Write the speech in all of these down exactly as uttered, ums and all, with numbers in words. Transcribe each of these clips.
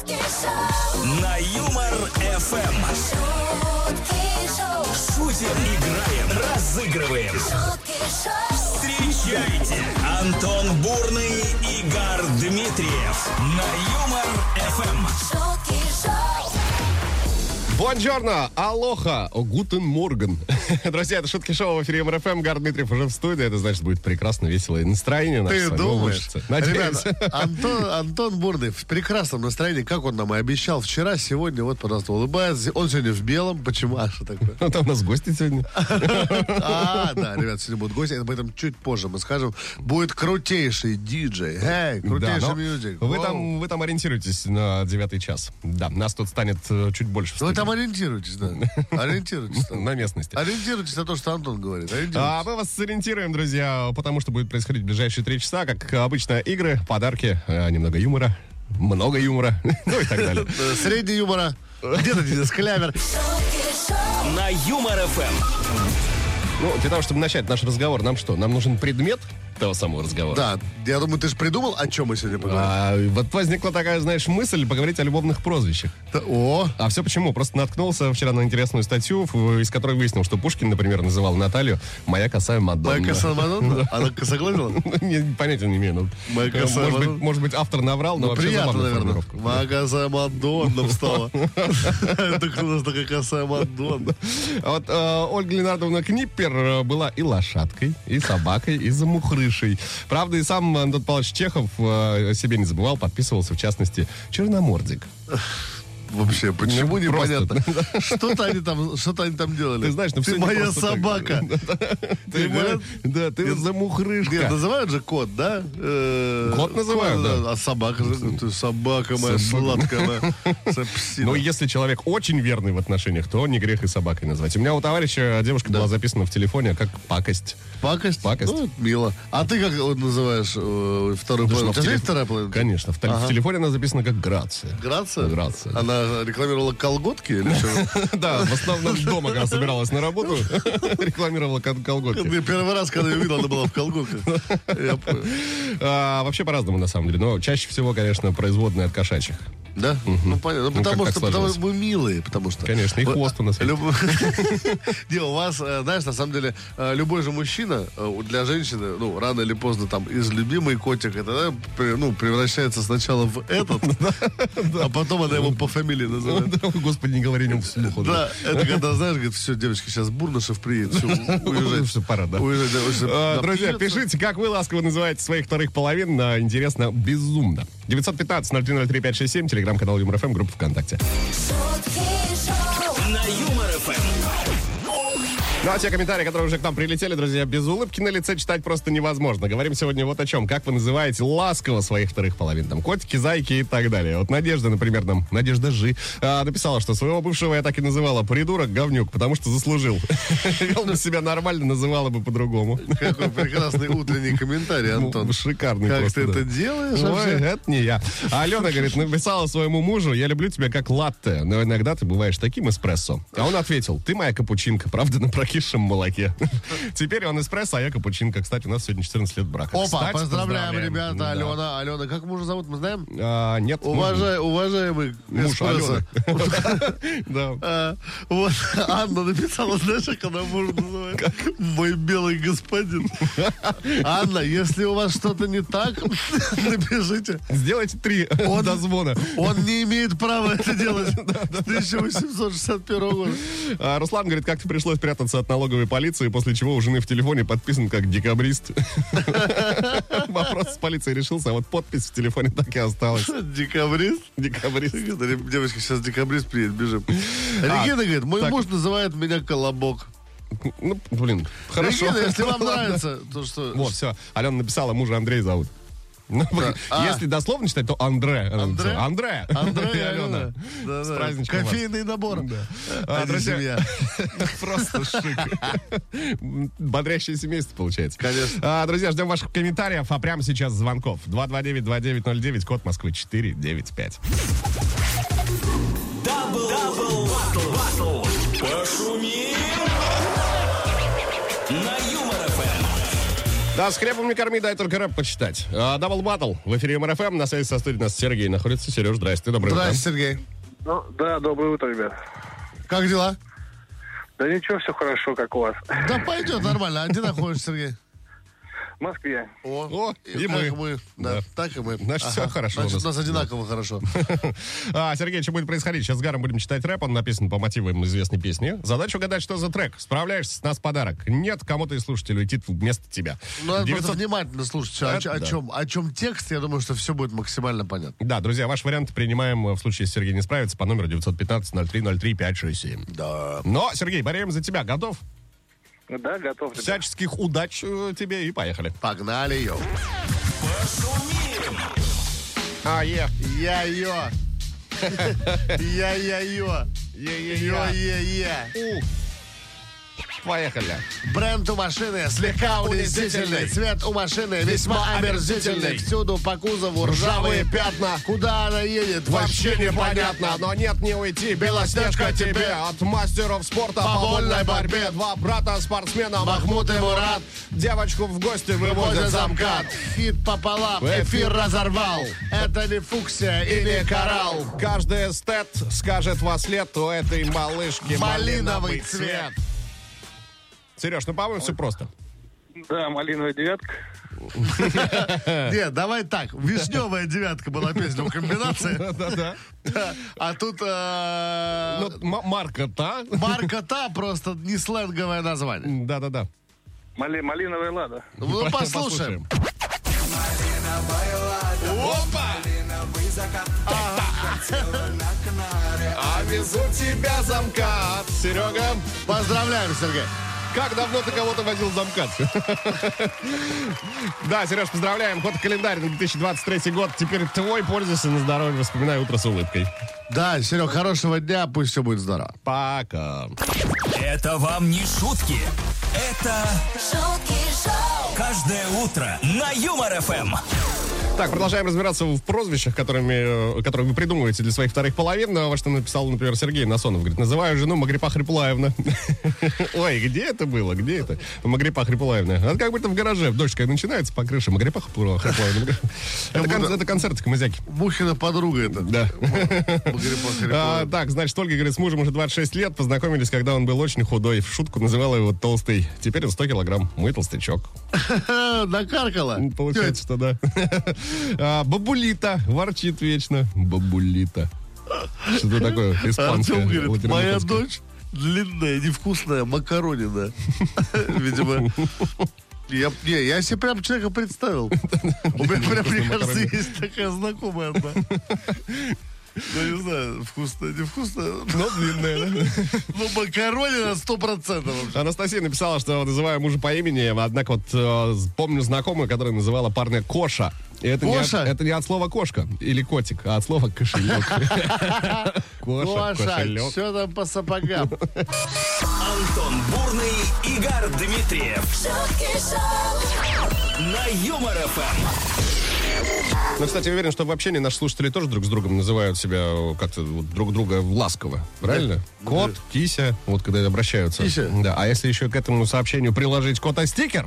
На Юмор эф эм. Шутим, играем, разыгрываем. Встречайте, Антон Бурный, Игорь Дмитриев. На Юмор эф эм. Бонжорно, алоха, гутен морген. Друзья, это Шутки Шоу в эфире Юмор эф эм. Игорь Дмитриев уже в студии. Это значит, будет прекрасно, весело и настроение у нас. Ты думаешь? Надеюсь. Ребята, Антон, Антон Бурный в прекрасном настроении, как он нам и обещал вчера, сегодня, вот, пожалуйста, улыбается. Он сегодня в белом. Почему? А что такое? Ну, там у нас гости сегодня. А, да, ребят, сегодня будут гости. Об этом чуть позже мы скажем. Будет крутейший диджей. Эй, крутейший мьюзик. Вы там, вы там ориентируйтесь на девятый час. Да, нас тут станет чуть больше. Вы там ориентируйтесь, да. Ориентируйтесь. На местности. Ориентируйтесь на то, что Антон говорит. А мы вас сориентируем, друзья, потому что будет происходить в ближайшие три часа. Как обычно, игры, подарки, немного юмора, много юмора, ну и так далее. Средний юмора. Где-то Денис Клявер. На Юмор эф эм. Ну, для того, чтобы начать наш разговор, нам что? Нам нужен предмет того самого разговора. Да, я думаю, ты же придумал, о чем мы сегодня поговорим. А, вот возникла такая, знаешь, мысль поговорить о любовных прозвищах. Да, о! А все почему? Просто наткнулся вчера на интересную статью, из которой выяснил, что Пушкин, например, называл Наталью «моя косая Мадонна». «Моя косая Мадонна»? Она косоглазила? Понятия не имею. «Моя косая Мадонна». Может быть, автор наврал, но вообще приятно, забавная наверное. формулировка. «Моя косая Мадонна» встала. Это у нас такая косая Мадонна. Вот Ольга Ленардовна Книппер была и лошадкой, и собакой, и замухрышей. Правда, и сам Антон Павлович Чехов о себе не забывал, подписывался, в частности, Черномордик. Вообще, почему Ну, непонятно? просто. Что-то они там, что-то они там делали. Ты знаешь, ну Ты все не моя просто так. собака. Ты моя- Да, ты Нет, замухрышка. Нет, называют же кот, да? Э, Кот называют, да. А собака же, ты собака моя сладкая, моя сапсина. Ну, если человек очень верный в отношениях, то не грех и собакой назвать. У меня у товарища девушка была записана в телефоне как пакость. Пакость? Пакость. Ну, мило. А ты как вот называешь э, вторую Да, половину? что, У тебя в есть телеф- вторая половина? Конечно. В, тел- Ага. в телефоне она записана как Грация. Грация? Грация. Она рекламировала колготки или что? Да, в основном дома, когда собиралась на работу, рекламировала кол- колготки. Я первый раз, когда я увидел, она была в колготках. Я понял. А, вообще по-разному, на самом деле. Но чаще всего, конечно, производные от кошачьих. Да? Ну, понятно. Ну, Ну, потому как что так потому сложилось. что мы милые, потому что... Конечно, и Вы- хвост у нас есть. Люб- Не, у вас, э, знаешь, на самом деле, э, любой же мужчина э, для женщины, ну, рано или поздно, там, из любимый котик, это, да, при- ну, превращается сначала в этот, а потом она его по фамилии называет. Господи, не говори о нем вслух. уже. Да, это когда, знаешь, говорит, все, девочки, сейчас Бурнышев приедет, все, уезжайте. Что, пора, да. Уезжайте, уезжайте. А, Да, Друзья, придется. пишите, как вы ласково называете своих вторых половин. на Интересно, безумно. девятьсот пятнадцать ноль три ноль три пять шесть семь, телеграм-канал Юмор эф эм, группа ВКонтакте. На Юмор эф эм. Ну, а те комментарии, которые уже к нам прилетели, друзья, без улыбки на лице читать просто невозможно. Говорим сегодня вот о чем. Как вы называете ласково своих вторых половин? Там котики, зайки и так далее. Вот Надежда, например, нам, Надежда Жи, а, написала, что своего бывшего я так и называла придурок, говнюк, потому что заслужил. Вел бы себя нормально, называла бы по-другому. Какой прекрасный утренний комментарий, Антон. Ну, шикарный Как просто, ты да. это делаешь Ой, вообще? это не я. А Алена, говорит, написала своему мужу: я люблю тебя как латте, но иногда ты бываешь таким эспрессо. А он ответил: ты моя капучинка, правда, на прокисшем молоке. Теперь он эспрессо, а я капучинка. Кстати, у нас сегодня четырнадцать лет брака. Опа, Кстати, поздравляем, ребята, Да. Алена. Алена, как мужа зовут, мы знаем? А, нет. Уважай, уважаемый Муж эспрессо. Алены. Да. А, вот Анна написала, знаешь, как она мужа называет? Мой белый господин. Анна, если у вас что-то не так, напишите. Сделайте три Он- дозвона. Он не имеет права это делать с тысяча восемьсот шестьдесят первого года. А Руслан говорит, как-то пришлось прятаться от налоговой полиции, после чего у жены в телефоне подписан как декабрист. Вопрос с полицией решился, а вот подпись в телефоне так и осталась. Декабрист? Декабрист. Девочка, сейчас декабрист приедет, бежим. Регина говорит, мой так. муж называет меня Колобок. Ну, блин, хорошо. Регина, если вам Ладно. нравится, то что... Вот, все. Алена написала, мужа Андрей зовут. Ну, А. Если дословно читать, то Андре. она Андре? написала. Андре. Андрей, И Алена. Да, С да. праздничком вас. Кофейный набор. Да. А, А, не друзья, семья. просто шик. Бодрящее семейство получается. Конечно. А, друзья, ждем ваших комментариев, а прямо сейчас звонков. два два девять два девять ноль девять, код Москвы четыре девять пять. Дабл, дабл, батл, батл. Пошумим. На Юмор эф эм. Да, скрепом не корми, дай только рэп почитать. Дабл Баттл в эфире МРФМ. На связи со студией у нас Сергей находится. Сереж, здрасте, доброе утро. Здрасте, Сергей. Ну, да, доброе утро, ребят. Как дела? Да ничего, все хорошо, как у вас. Да пойдет нормально. А где находишься, Сергей? В Москве. О, О, и как мы. мы. Да, Да. так и мы. Значит, всё хорошо у Значит, нас. у нас одинаково хорошо. А, Сергей, что будет происходить? Сейчас с Гаром будем читать рэп, он написан по мотивам известной песни. Задача угадать, что за трек. Справляешься, с нас подарок. Нет, кому-то из слушателей летит вместо тебя. Ну, надо девятьсот просто внимательно слушать, о, Это о да. чем, о чем текст. Я думаю, что все будет максимально понятно. Да, друзья, ваш вариант принимаем в случае, если Сергей не справится, по номеру девятьсот пятнадцать ноль три ноль три пять шесть семь. Да. Но, Сергей, болеем за тебя. Готов? Да, готов, ребят. Всяческих удач э, тебе и поехали. Погнали ее. А, е. Я-ё. Я-я-ё. Е-е-е. Ё-е-е. У. Поехали. Бренд у машины слегка унизительный. Цвет у машины весьма омерзительный. Всюду по кузову ржавые пятна. Куда она едет, Вообще непонятно, но нет, не уйти. Белоснежка тебе от мастеров спорта по вольной борьбе. Два брата спортсмена, Махмуд и Мурат. Девочку в гости выводят замкат. Хит пополам, эфир разорвал. Это не фуксия и не коралл. Каждый эстет скажет во след у этой малышки Малиновый цвет. Сереж, ну, по-моему, все просто. Да, малиновая девятка. Нет, давай так. Вишневая девятка была песня у комбинации. Да-да. А тут э, Ну, м- марка та. марка та просто не сленговое название. Да-да-да. Мали- малиновая лада. Ну, послушаем. Опа! А везу тебя замкат. Серега, Поздравляем, Сергей. как давно ты кого-то возил замкат? Да, Сереж, поздравляем. Ход календарь на две тысячи двадцать третий год. Теперь твой. Пользуйся на здоровье. Вспоминай утро с улыбкой. Да, Серег, хорошего дня, пусть все будет здорово. Пока. Это вам не шутки. Это шутки шоу, каждое утро на Юмор-ФМ. Так, продолжаем разбираться в прозвищах, которыми, э, которые вы придумываете для своих вторых половин. Вот что написал, например, Сергей Насонов. Говорит, называю жену Магрипа Хриплаевна. Ой, где это было? Где это? Магрипа Хриплаевна. Это как будто в гараже. Дождь, когда начинается по крыше. Магрипа Хриплаевна. Это кон- это концерт Камызяки. Бухина подруга это. Да. Магрипа А, Хриплаевна. так, значит, Ольга говорит, с мужем уже двадцать шесть лет. Познакомились, когда он был очень худой. В шутку называла его толстый. Теперь он сто килограмм. Мой толстячок. Накаркала. Получается, что да. А, бабулита ворчит вечно. Бабулита. Что такое испанское? Артем говорит, моя латеранское? дочь длинная, невкусная, макаронина. Видимо. Я, не, я себе прям человека представил. У меня прям, мне кажется, есть такая знакомая одна. Ну, не знаю, вкусная, невкусная. Ну, длинная, да? Ну, макаронина сто процентов. Анастасия написала, что называю мужа по имени, однако вот э, помню знакомую, которая называла парня Коша. И это, не от, Коша? это не от слова кошка или котик, а от слова кошелек. Коша, Гоша, кошелек. что там по сапогам? Антон Бурный, Игорь Дмитриев шутки шоу, на Юмор-ФМ. Ну, кстати, уверен, что в общении наши слушатели тоже друг с другом называют себя как-то вот друг друга ласково. Правильно? Да. Кот, кися, вот когда обращаются. Кися. Да, а если еще к этому сообщению приложить кота-стикер,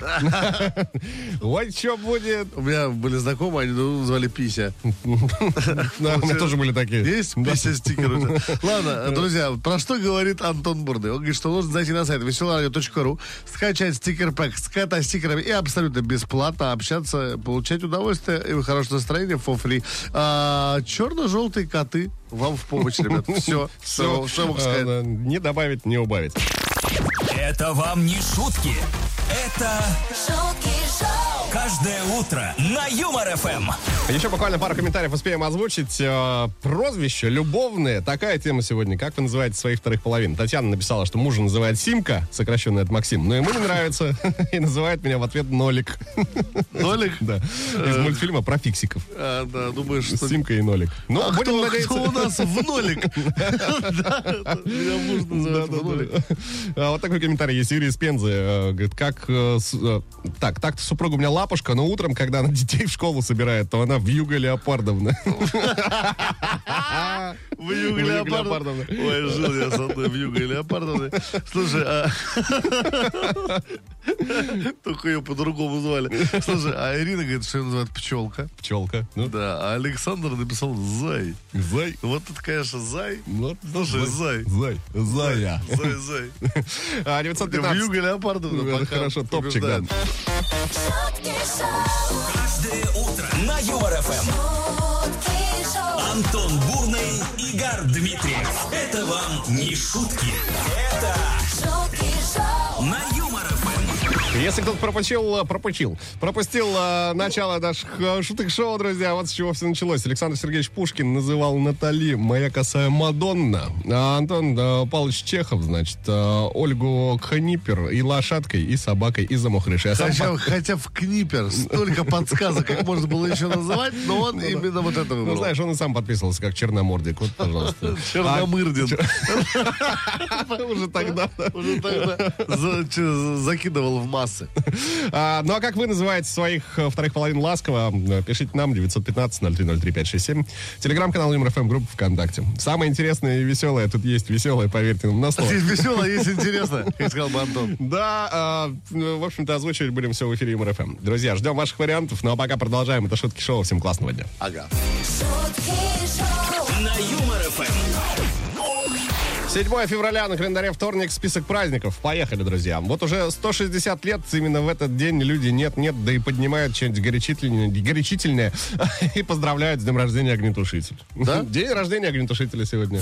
ой, что будет? У меня были знакомые, они ну, звали Пися. Да, у меня тоже были такие. Есть Пися стикер у тебя? Ладно, друзья, про что говорит Антон Бурный? Он говорит, что нужно зайти на сайт веселорадио точка ру, скачать стикер-пэк с кота-стикерами и абсолютно бесплатно общаться, получать удовольствие и хорошее настроение for free. А, черно-желтые коты вам в помощь, ребят. Все, все, что я могу сказать. А, не добавить, не убавить. Это вам не шутки. Это шутки шоу, каждое утро на Юмор-ФМ. Еще буквально пару комментариев успеем озвучить. Э, прозвище любовное. Такая тема сегодня. Как вы называете своих вторых половин? Татьяна написала, что мужа называет Симка, сокращенно от Максим, но ему не нравится. И называет меня в ответ Нолик. Нолик? Да. Из мультфильма про фиксиков. А, да, думаешь, что... Симка и Нолик. Ну, А будем кто, надеяться. кто у нас в нолик? Да, это меня муж называет в нолик. А, Вот такой комментарий есть. Юрий из Пензы. э, Говорит, как... э, с- э, Так, так-то супруга у меня лапушка, но утром, когда она детей в школу собирает, то она вьюга Леопардовна. Вьюга Вьюга Леопардовна. Леопардовна. Ой, жил я с одной Вьюгой Леопардовной. Слушай, а... Только ее по-другому звали. Слушай, а Ирина говорит, что ее называют пчелка. Пчелка. Ну, Да, а Александр написал зай. зай. Вот это, конечно, зай. Вот, Слушай, зай. Зай. Зая. Зай, зай. А, девятьсот пятнадцать. Вьюга Леопардовна Ну, пока хорошо, топчик, да. побеждает. шутки шоу, Каждое утро на Юмор ФМ. шутки шоу, Антон Бурный, Игорь Дмитриев. Это вам не шутки. Это шутки шоу, на Юмор ФМ. Если кто-то пропустил, пропустил, пропустил э, начало наших э, шуток-шоу, друзья, вот с чего все началось. Александр Сергеевич Пушкин называл Натали «моя косая Мадонна», а Антон э, Павлович Чехов, значит, э, Ольгу Книпер и лошадкой, и собакой, и замухрышей. А сам Хотя, по- хотя в Книпер столько подсказок, как можно было еще называть, но он именно вот это Ну, выбрал. знаешь, он и сам подписывался как Черномордик. Вот, пожалуйста. Черномырдин. А, уже тогда. Уже тогда за- че- закидывал в массы. А, ну а как вы называете своих э, вторых половин ласково? Э, Пишите нам девятьсот пятнадцать ноль три ноль три пять шесть семь. Телеграм-канал Юмор ФМ, группа ВКонтакте. Самое интересное и веселое, тут есть веселое, поверьте нам на слово. Есть весело, есть интересно, как сказал бы Антон. Да, а, в общем-то, озвучивать будем все в эфире Юмор ФМ. Друзья, ждем ваших вариантов, ну а пока продолжаем. Это шутки шоу. Всем классного дня. Ага. шутки шоу, На Юмор ФМ. седьмое февраля, на календаре вторник, список праздников. Поехали, друзья. Вот уже сто шестьдесят лет именно в этот день люди нет-нет, да и поднимают что-нибудь горячительное, горячительное и поздравляют с днем рождения огнетушителя. Да? День рождения огнетушителя сегодня.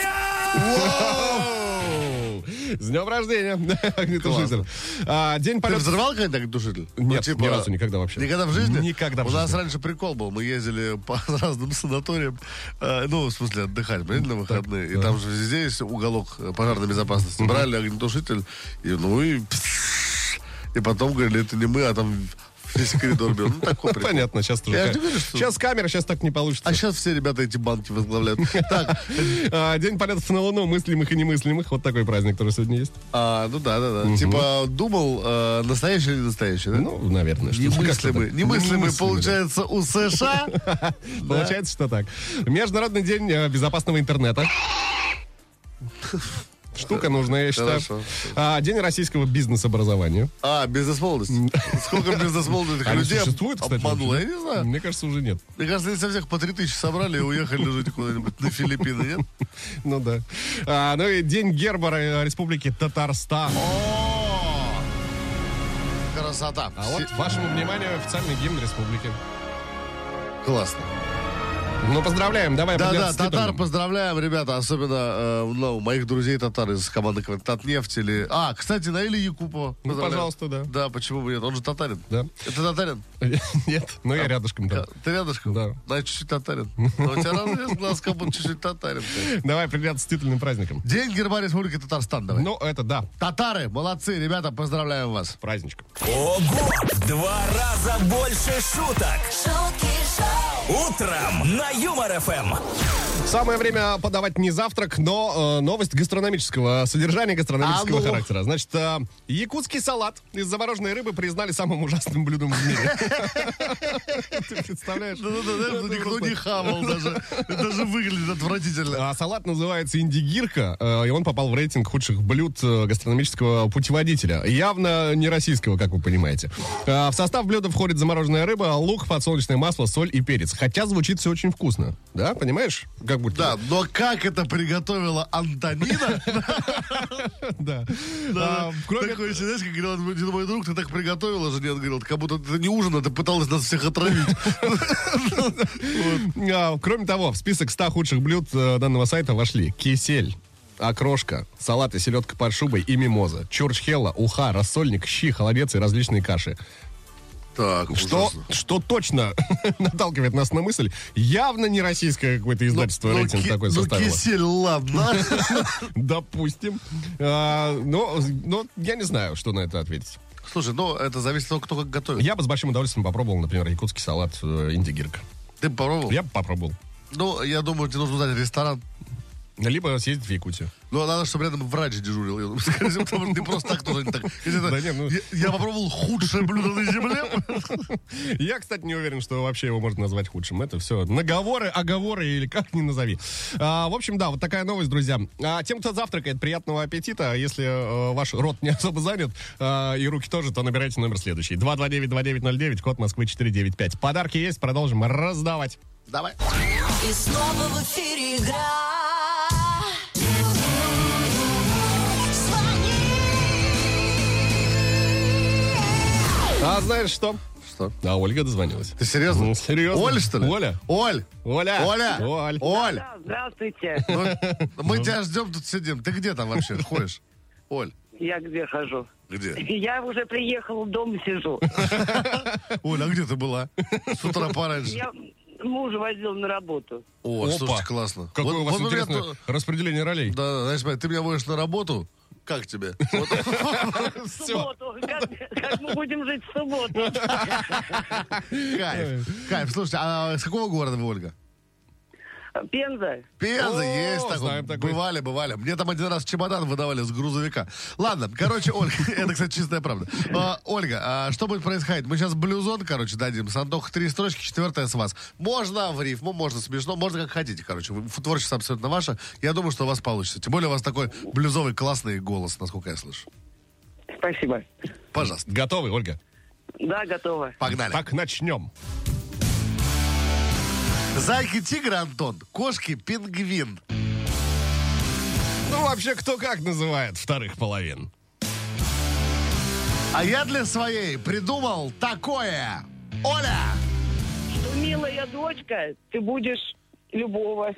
Воу! С днем рождения, огнетушитель. А, день Ты полета... взрывал когда-то душитель? Нет, ни разу, никогда вообще. Никогда в жизни? Никогда в У нас жизни. раньше прикол был. Мы ездили по разным санаториям, э, ну, в смысле, отдыхать, понимаете, на выходные. И там же везде есть уголок э, пожарной безопасности. Брали огнетушитель, и, ну и... И потом говорили, это не мы, а там весь коридор бил. Ну, такой прикол. Понятно, сейчас тоже. Я ка- же говорю, что- Сейчас камера, сейчас так не получится. А сейчас все ребята эти банки возглавляют. Так, А, День полетов на Луну, мыслимых и немыслимых. Вот такой праздник тоже сегодня есть. а, ну да, да, да. Типа думал, э, настоящий или не настоящий, да? Ну, наверное. что- Немыслимый. как-то так. Немыслимый, да. получается, у США. Получается, что так. Международный день э, безопасного интернета. Штука нужная, я считаю. Хорошо. А, День российского бизнес-образования. А, бизнес-молодость. Сколько бизнес-молодых Они людей существуют, кстати? обмануло? Я вообще? не знаю. Мне кажется, уже нет. Мне кажется, они со всех по три тысячи собрали и уехали жить куда-нибудь на Филиппины, нет? Ну да. А, ну и День герба Ре- Республики Татарстан. О! Красота. А вот вашему вниманию официальный гимн республики. Классно. Ну, поздравляем. Давай Да-да, определяться с татар титулом. поздравляем, ребята, особенно э, ну, моих друзей татар из команды Татнефть или... А, кстати, Наиля Якупова. Ну, поздравляем. пожалуйста, да. Да, почему бы нет? Он же татарин. Да. Это татарин? Нет, но я рядышком там. Ты рядышком? Да. Значит, чуть-чуть татарин. Но у тебя разрез глаз, как будто чуть-чуть татарин. Давай определяться с титульным праздником. День герба Республики Татарстан, давай. Ну, это да, Татары, молодцы, ребята, поздравляем вас. праздничком. Ого! В два раза больше шуток. шутки шоу, Утром на Юмор ФМ. Самое время подавать не завтрак, но э, новость гастрономического содержания, гастрономического А ну. характера. Значит, э, якутский салат из замороженной рыбы признали самым ужасным блюдом в мире. Ты представляешь? Да-да-да, никто не хавал даже. Это даже выглядит отвратительно. А салат называется индигирка, э, и он попал в рейтинг худших блюд э, гастрономического путеводителя. Явно не российского, как вы понимаете. Э, В состав блюда входит замороженная рыба, лук, подсолнечное масло, соль и перец. Хотя звучит все очень вкусно. Да, понимаешь? Как будто... Да, но как это приготовила Антонина? Да. А, Кроме Такое, знаешь, как говорил один мой друг, ты так приготовила жене, он говорил, как будто это не ужин, а ты пыталась нас всех отравить. А, Кроме того, в список ста худших блюд э, данного сайта вошли кисель, окрошка, салат и селедка под шубой и мимоза, чурчхела, уха, рассольник, щи, холодец и различные каши. Так, Что, ужасно. что точно наталкивает нас на мысль, явно не российское какое-то издательство Ну, рейтинг ки- такой ну, составило. кисель, ладно. Допустим. А, но, но я не знаю, что на это ответить. Слушай, ну, это зависит от того, кто как готовит. Я бы с большим удовольствием попробовал, например, якутский салат э, индигирка. Ты попробовал? Я бы попробовал. Ну, я думаю, тебе нужно узнать ресторан. Либо съездить в Якутию. Ну, надо, чтобы рядом врач дежурил. Я думаю, скорее всего, потому что ты просто так тоже не так. Если это- Да не, ну- я, я попробовал худшее блюдо на земле. Я, кстати, не уверен, что вообще его можно назвать худшим. Это все наговоры, оговоры или как ни назови. А, в общем, да, вот такая новость, друзья. А, тем, кто завтракает, приятного аппетита. Если э, ваш рот не особо занят, э, и руки тоже, то набирайте номер следующий. два два девять два девять ноль девять, код Москвы четыре девять пять. Подарки есть, продолжим раздавать. Давай. И снова в эфире игра. Звони. А знаешь что? Что? А Ольга дозвонилась. Ты серьезно? Ну, серьезно. Оля, что ли? Оля. Оль. Оля. Оля. Оль. Оль. Да, здравствуйте. Ну, мы тебя ждем, тут сидим. Ты где там вообще ходишь? Оль. Я где хожу? Где? Я уже приехала, дома сижу. Оля, а где ты была? С утра пораньше. Я мужа возила на работу. О, Опа. слушайте, классно. Какое Вот- у вас вот у меня интересное то- распределение ролей. Да, да, знаешь, смотри, ты меня водишь на работу. Как тебе? Вот. В субботу. Как, как мы будем жить в субботу? Кайф. Кайф. Слушайте, а с какого города вы, Ольга? Пенза. Пенза, О, есть такой. знаем такой. Бывали, бывали. Мне там один раз чемодан выдавали с грузовика. Ладно, короче, Ольга, это, кстати, чистая правда. А, Ольга, а что будет происходить? Мы сейчас блюзон, короче, дадим. С Антоха три строчки, четвертая с вас. Можно в рифму, можно смешно, можно как хотите, короче. Вы- Творчество абсолютно ваше. Я думаю, что у вас получится. Тем более у вас такой блюзовый классный голос, насколько я слышу. Спасибо. Пожалуйста, Готовы, Ольга? Да, готова. погнали. Так, начнем. Зайки тигр, Антон, кошки пингвин. Ну, вообще, кто как называет вторых половин? А я для своей придумал такое. Оля! Что, милая дочка, ты будешь любого.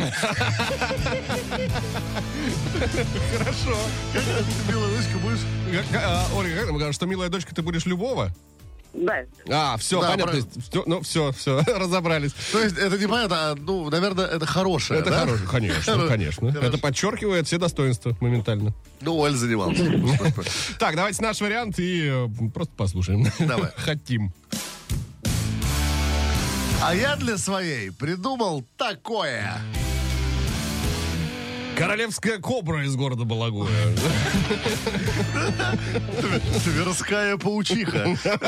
Хорошо. Как ты, милая дочка, будешь? Как- а, Ольга, как там говорят, что, милая дочка, ты будешь любого? Да. А, все, Да, понятно. правильно. То есть, всё, ну, все, все, разобрались. То есть это непонятно, а, ну, наверное, это хорошее, Это да? хорошо, конечно, Хоро- конечно. Хорошо. Это подчеркивает все достоинства моментально. Ну, Оль занимался. Так, давайте наш вариант и э, просто послушаем. Давай. Хотим. А я для своей придумал такое. Королевская кобра из города Балагуя. Тверская паучиха.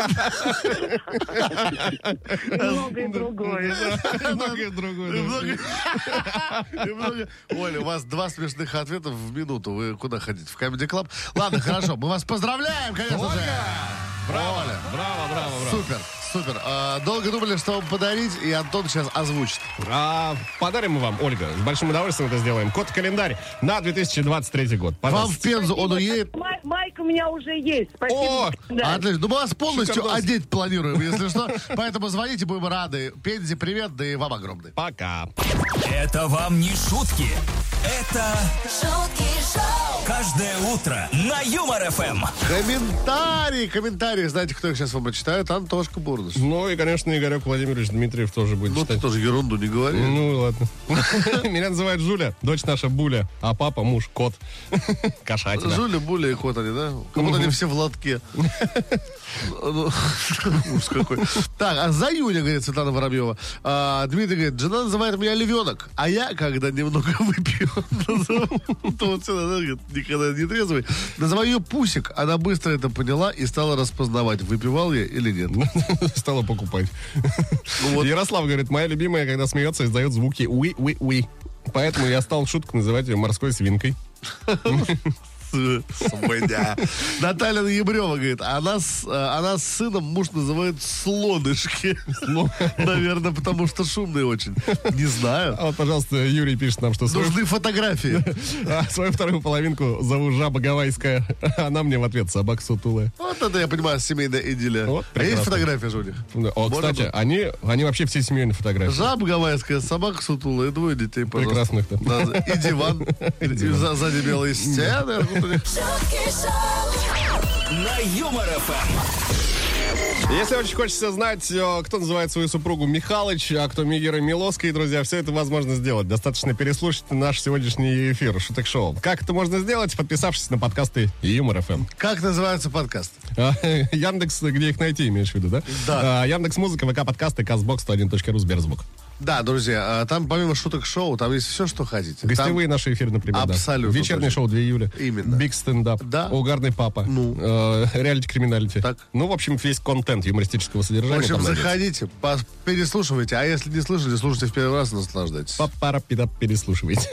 Многое другое. Многое другое. да. Много- и много- Оля, у вас два смешных ответа в минуту. Вы куда ходите? В Comedy Club? Ладно, хорошо. Мы вас поздравляем, конечно же. Браво, Оля. браво, браво, браво. Супер, супер. А, долго думали, что вам подарить, и Антон сейчас озвучит. А, подарим мы вам, Ольга, с большим удовольствием это сделаем. Код-календарь на две тысячи двадцать третий год. Вам в Пожалуйста. Пензу он уедет. Май- Майка у меня уже есть. Спасибо. О, Да. Отлично. Ну, мы вас полностью Шикардос. одеть планируем, если что. Поэтому звоните, будем рады. Пензе, привет, да и вам огромный. Пока. Это вам не шутки. Это шутки шоу, каждое утро на Юмор эф эм. Комментарии, комментарии. Знаете, кто их сейчас вам прочитает? Антошка Бурдыш. Ну и, конечно, Игорек Владимирович Дмитриев тоже будет Ну, ты читать. тоже ерунду не говори. Ну, ладно. Меня называют Жуля, дочь наша Буля, а папа муж кот. Кошатина. Жуля, Буля и кот они, да? Как будто они все в лотке. Ну, ужас какой. Так, а за Юля, говорит Светлана Воробьева. А, Дмитрий говорит, жена называет меня львенок, а я, когда немного выпью, назову- то вот сюда, да, говорит, никогда не трезвый, называю ее Пусик. Она быстро это поняла и стала распознавать, выпивал я или нет. Стала покупать. вот. Ярослав говорит, моя любимая, когда смеется, издает звуки уи-уи-уи. Поэтому я стал в шутку называть ее морской свинкой. Свинья. Наталья Ебрева говорит, она с, э, она с сыном муж называет слонышки. Наверное, потому что шумные очень. Не знаю. А вот, пожалуйста, Юрий пишет нам, что свою, Нужны фотографии. а, свою вторую половинку зову Жаба Гавайская. Она мне в ответ собака сутулая. Вот это, я понимаю, семейная идиллия. Вот, а есть прекрасно. фотография же у них? О, Можно кстати, было? они, они вообще все семейные фотографии. Жаба гавайская, собака сутулая и двое детей, пожалуйста. Прекрасных там. Да, и диван. И за- сзади белые стены. шутки шоу, На Юмор эф эм. Если очень хочется знать, э, кто называет свою супругу Михалыч, а кто Мигера Милоской, друзья, все это возможно сделать. Достаточно переслушать наш сегодняшний эфир «Шуток шоу». Как это можно сделать, подписавшись на подкасты Юмор эф эм. Как называется подкаст? А, Яндекс, где их найти, имеешь в виду, да? Да. А, Яндекс Музыка, ВК подкасты, Казбокс, сто один точка ру, Сберзвук. Да, друзья, а, там помимо шуток шоу, там есть все, что хотите. Гостевые наши эфиры, например. да. Абсолютно Вечернее точно. шоу две июля. Именно. Биг стендап. Да. Угарный папа. Ну. Э, Реалити криминалити. Так. Ну, в общем, весь контент юмористического В содержания. общем, там найдется. заходите, пос- переслушивайте, а если не слышали, слушайте в первый раз и наслаждайтесь. Папарапида, переслушивайте.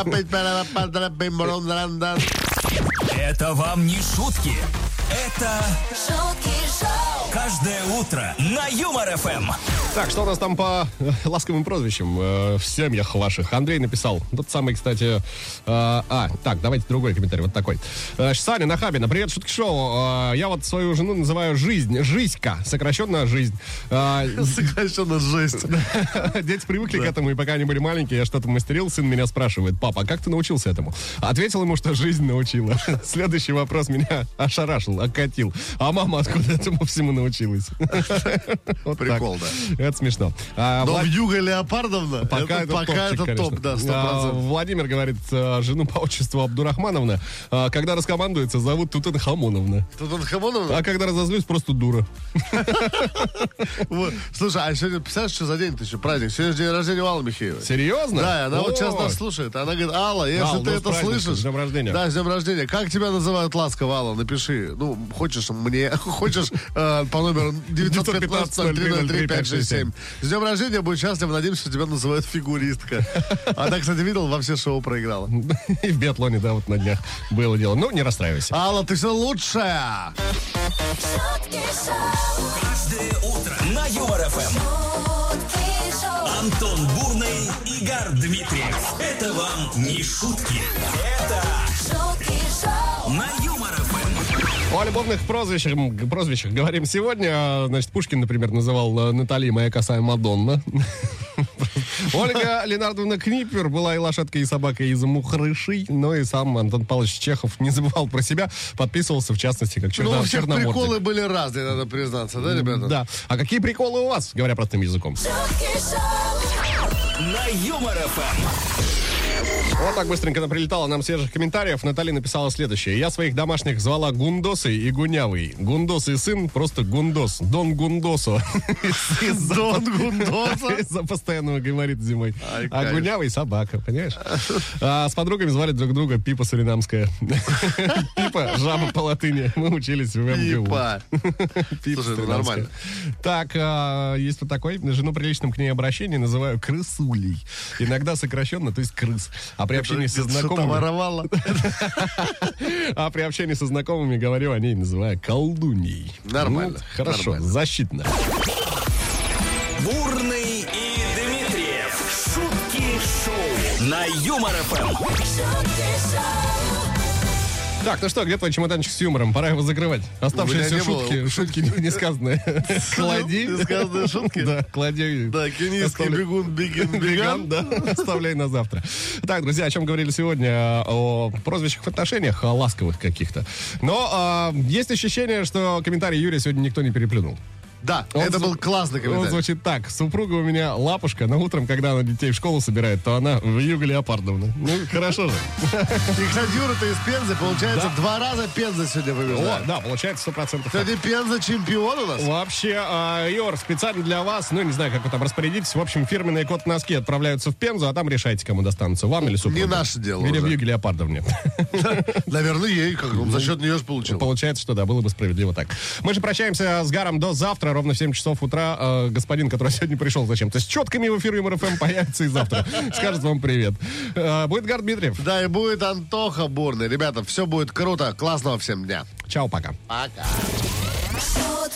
Это вам не шутки. Это шутки шоу, каждое утро на Юмор ФМ. Так, что у нас там по э, ласковым прозвищам э, в семьях ваших? Андрей написал. Тот самый, кстати... э, а, так, давайте другой комментарий, вот такой. Э, Саня Нахабина, привет, шутки шоу. Э, я вот свою жену называю жизнь, жизнька, сокращенно жизнь. Э, Сокращенно жесть. Дети привыкли к этому, и пока они были маленькие, я что-то мастерил, сын меня спрашивает: папа, а как ты научился этому? Ответил ему, что жизнь научила. Следующий вопрос меня ошарашил, окатил. А мама откуда этому всему научилась? Вот Прикол, так. да. Это смешно. А, Но Влад- Вьюга Леопардовна, Пока это, пока топчик, это конечно. топ, да, сто А, процентов. Владимир говорит, э, жену по отчеству Абдурахмановна, а, когда раскомандуется, зовут Тутанхамоновна. Тут он Хамоновна? А когда разозлюсь, просто дура. Вот. Слушай, а сегодня, представляешь, что за день-то еще праздник? Сегодня же день рождения у Аллы Михеевой. Серьезно? Да, и она вот сейчас Ой. нас слушает. Она говорит: Алла, если Алла, ты ну, с это праздником, слышишь... с днем рождения. Да, с днем рождения. Как тебя называют ласково, Алла? Напиши. Ну, хочешь мне, хочешь э, по номеру девятьсот пятнадцать ноль три ноль три пять шесть семь. С днем рождения, будь счастлив. Надеемся, что тебя называют фигуристка. Она, кстати, видел, во все шоу проиграла. И в биатлоне, да, вот на днях было дело. Ну, не расстраивайся. Алла, ты все лучшая! шутки шоу, Каждое утро на Юмор ФМ. шутки шоу, Антон Бурный, Игорь Дмитриев. Это вам не шутки. Это шутки шоу, на Юмор ФМ. О любовных прозвищах, прозвищах говорим сегодня. Значит, Пушкин, например, называл э, Натали «Моя косая Мадонна». Ольга Ленардовна Книпер была и лошадкой, и собакой из мухрышей. Но и сам Антон Павлович Чехов не забывал про себя. Подписывался, в частности, как Ну, у черно- всех черномордый. приколы были разные, надо признаться, да, ребята? Да. А какие приколы у вас, говоря простым языком? шутки шоу, На Юмор ФМ. Вот так быстренько нам прилетало нам свежих комментариев. Наталья написала следующее. Я своих домашних звала Гундосой и Гунявый. Гундос и сын просто Гундос. Дон Гундосо. Из-за Дон Гундоса? из-за постоянного гайморита зимой. Ай, А кайф. Гунявый собака, понимаешь? А с подругами звали друг друга Пипа Суринамская. Пипа, жаба по латыни. Мы учились в МГУ. Пипа. Пипа Слушай, ну Суринамская. нормально. Так, а, есть вот такой. Жену при личном к ней обращении называю крысулей. Иногда сокращенно, то есть крыс. А при общении со Что-то знакомыми... воровала. А при общении со знакомыми говорю о ней, называя колдуньей. Нормально, Ну, хорошо, нормально. защитно. Бурный и Дмитриев. Шутки шоу на Юмор ФМ. шутки шоу, Так, ну что, где твой чемоданчик с юмором? Пора его закрывать. Оставшиеся не было. шутки, шутки не- несказанные. Клади. Несказанные шутки? Да, клади. Да, кенийский Оставляй. бегун, бегин, Беган, беган. да, оставляй на завтра. Так, друзья, о чем говорили сегодня? О прозвищах в отношениях, о ласковых каких-то. Но а, есть ощущение, что комментарий Юрия сегодня никто не переплюнул. Да, Он это зв- был классный Он комментарий. звучит так. Супруга у меня лапушка, но утром, когда она детей в школу собирает, то она Вьюга Леопардовна. Ну, хорошо же. И, кстати, Юра-то из Пензы, получается, два раза Пенза сегодня О, побеждает. да, получается сто процентов. так. Сегодня Пенза чемпион у нас. Вообще, а, Йор, специально для вас, ну, не знаю, как вы там распорядитесь, в общем, фирменные кот-носки отправляются в Пензу, а там решайте, кому достанутся, вам или супругу. Не наше дело Или уже. Вьюге Леопардовне. Наверное, ей, как он за счет нее же получил. Получается, что да, было бы справедливо так. Мы же прощаемся с Гаром до завтра, ровно в семь часов утра. Э, господин, который сегодня пришел зачем-то с четками в эфир Юмор ФМ, появится и завтра. Скажет вам привет. Э, будет Гар Дмитриев. Да, и будет Антоха Бурный. Ребята, все будет круто. Классного всем дня. Чао, пока. Пока. шутки